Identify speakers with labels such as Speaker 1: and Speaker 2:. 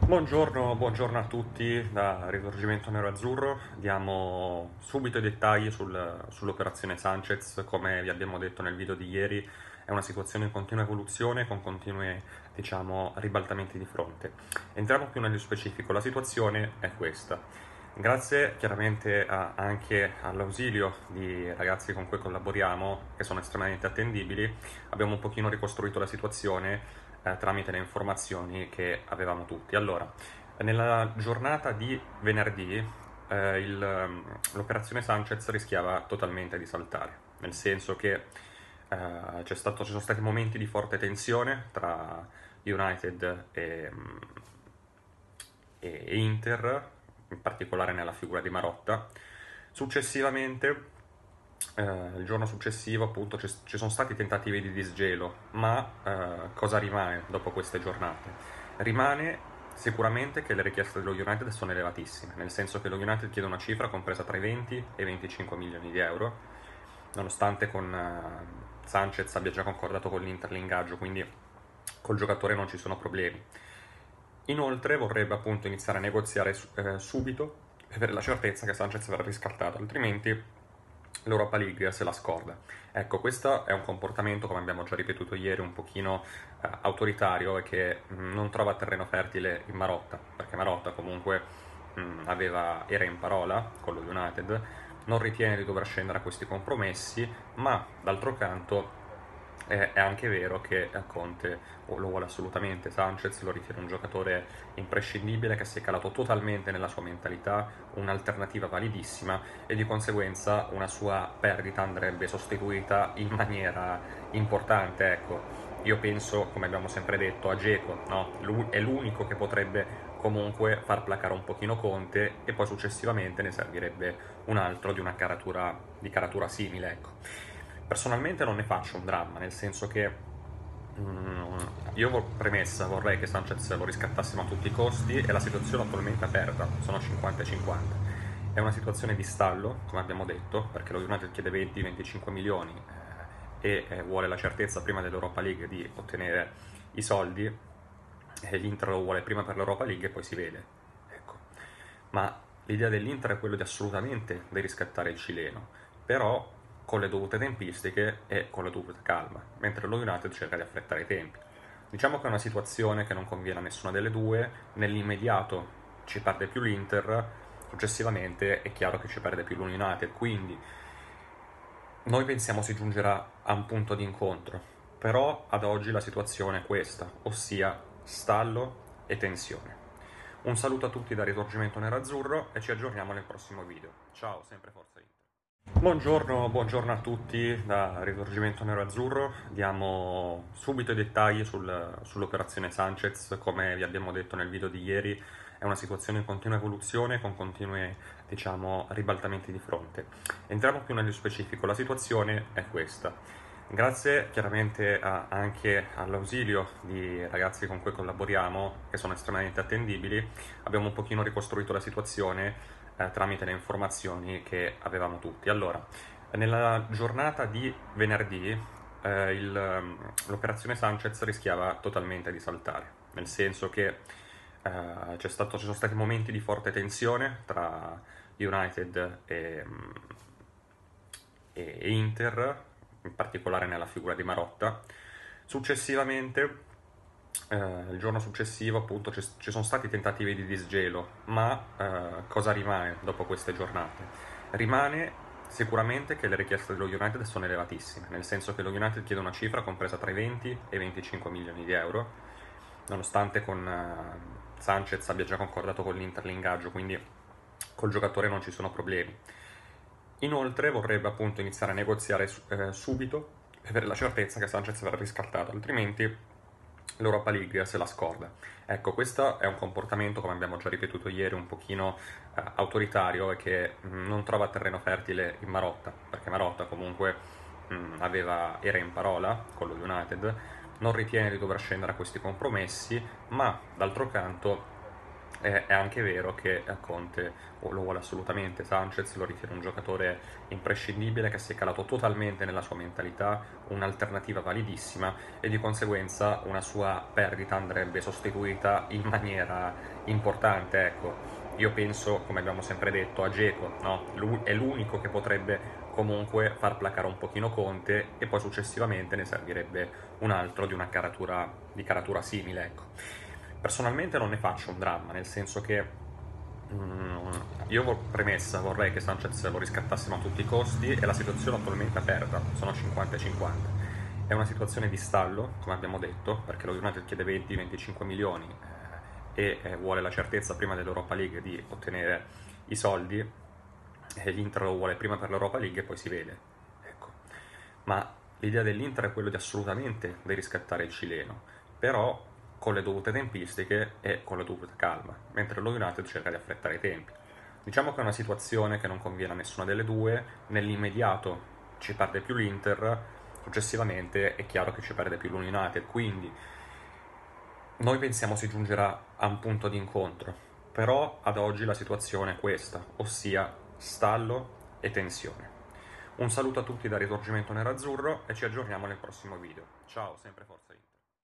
Speaker 1: Buongiorno a tutti da Risorgimento Nero-Azzurro. Diamo subito i dettagli sull'operazione Sanchez. Come vi abbiamo detto nel video di ieri, è una situazione in continua evoluzione con continui, ribaltamenti di fronte. Entriamo più nello specifico. La situazione è questa. Grazie chiaramente anche all'ausilio di ragazzi con cui collaboriamo, che sono estremamente attendibili, abbiamo un pochino ricostruito la situazione tramite le informazioni che avevamo tutti. Allora, nella giornata di venerdì l'operazione Sanchez rischiava totalmente di saltare, nel senso che ci sono stati momenti di forte tensione tra United e Inter, in particolare nella figura di Marotta. Successivamente, il giorno successivo, appunto, ci sono stati tentativi di disgelo, ma cosa rimane dopo queste giornate? Rimane sicuramente che le richieste dello United sono elevatissime, nel senso che lo United chiede una cifra compresa tra i 20 e i 25 milioni di euro, nonostante con Sanchez abbia già concordato con l'Inter l'ingaggio, quindi col giocatore non ci sono problemi. Inoltre vorrebbe appunto iniziare a negoziare subito per avere la certezza che Sanchez verrà riscattato, altrimenti l'Europa League se la scorda. Ecco, questo è un comportamento, come abbiamo già ripetuto ieri, un pochino autoritario e che non trova terreno fertile in Marotta, perché Marotta comunque era in parola con lo United, non ritiene di dover scendere a questi compromessi, ma d'altro canto è anche vero che Conte lo vuole assolutamente. Sanchez lo ritiene un giocatore imprescindibile che si è calato totalmente nella sua mentalità, un'alternativa validissima e di conseguenza una sua perdita andrebbe sostituita in maniera importante. Ecco, io penso, come abbiamo sempre detto, a Dzeko, no? È l'unico che potrebbe comunque far placare un pochino Conte e poi successivamente ne servirebbe un altro di caratura simile, ecco. Personalmente non ne faccio un dramma, nel senso che io premessa vorrei che Sanchez lo riscattassimo a tutti i costi e la situazione attualmente è aperta, sono 50-50. È una situazione di stallo, come abbiamo detto, perché lo United chiede 20-25 milioni vuole la certezza prima dell'Europa League di ottenere i soldi e l'Inter lo vuole prima per l'Europa League e poi si vede. Ecco. Ma l'idea dell'Inter è quella di assolutamente di riscattare il cileno, però con le dovute tempistiche e con la dovuta calma, mentre lo United cerca di affrettare i tempi. Diciamo che è una situazione che non conviene a nessuna delle due, nell'immediato ci perde più l'Inter, successivamente è chiaro che ci perde più lo United, quindi noi pensiamo si giungerà a un punto di incontro, però ad oggi la situazione è questa, ossia stallo e tensione. Un saluto a tutti da Risorgimento Nerazzurro e ci aggiorniamo nel prossimo video. Ciao, sempre Forza Inter. Buongiorno a tutti da Risorgimento Nero-Azzurro. Diamo subito i dettagli sull'operazione Sanchez. Come vi abbiamo detto nel video di ieri, è una situazione in continua evoluzione con continui, ribaltamenti di fronte. Entriamo più nello specifico. La situazione è questa. Grazie chiaramente anche all'ausilio di ragazzi con cui collaboriamo, che sono estremamente attendibili, abbiamo un pochino ricostruito la situazione tramite le informazioni che avevamo tutti. Allora, nella giornata di venerdì l'operazione Sanchez rischiava totalmente di saltare, nel senso che ci sono stati momenti di forte tensione tra United e Inter, in particolare nella figura di Marotta. Successivamente, il giorno successivo, appunto, ci sono stati tentativi di disgelo, ma cosa rimane dopo queste giornate? Rimane sicuramente che le richieste dello United sono elevatissime, nel senso che lo United chiede una cifra compresa tra i 20 e i 25 milioni di euro, nonostante con Sanchez abbia già concordato con l'Inter l'ingaggio, quindi col giocatore non ci sono problemi. Inoltre vorrebbe appunto iniziare a negoziare subito per avere la certezza che Sanchez verrà riscattato, altrimenti l'Europa League se la scorda. Ecco, questo è un comportamento, come abbiamo già ripetuto ieri, un pochino autoritario e che non trova terreno fertile in Marotta, perché Marotta comunque era in parola con lo United, non ritiene di dover scendere a questi compromessi, ma d'altro canto È anche vero che Conte lo vuole assolutamente, Sanchez lo ritiene un giocatore imprescindibile che si è calato totalmente nella sua mentalità, un'alternativa validissima e di conseguenza una sua perdita andrebbe sostituita in maniera importante. Ecco, io penso, come abbiamo sempre detto, a Dzeko, no? È l'unico che potrebbe comunque far placare un pochino Conte e poi successivamente ne servirebbe un altro di caratura simile, ecco. Personalmente non ne faccio un dramma, nel senso che premessa, vorrei che Sanchez lo riscattassimo a tutti i costi e la situazione attualmente è aperta, sono 50-50. È una situazione di stallo, come abbiamo detto, perché lo United chiede 20-25 milioni vuole la certezza prima dell'Europa League di ottenere i soldi e l'Inter lo vuole prima per l'Europa League e poi si vede. Ecco. Ma l'idea dell'Inter è quella di assolutamente di riscattare il cileno, però con le dovute tempistiche e con la dovuta calma, mentre lo United cerca di affrettare i tempi. Diciamo che è una situazione che non conviene a nessuna delle due, nell'immediato ci perde più l'Inter, successivamente è chiaro che ci perde più l'United, quindi noi pensiamo si giungerà a un punto di incontro, però ad oggi la situazione è questa, ossia stallo e tensione. Un saluto a tutti da Risorgimento Nerazzurro e ci aggiorniamo nel prossimo video. Ciao, sempre Forza Inter.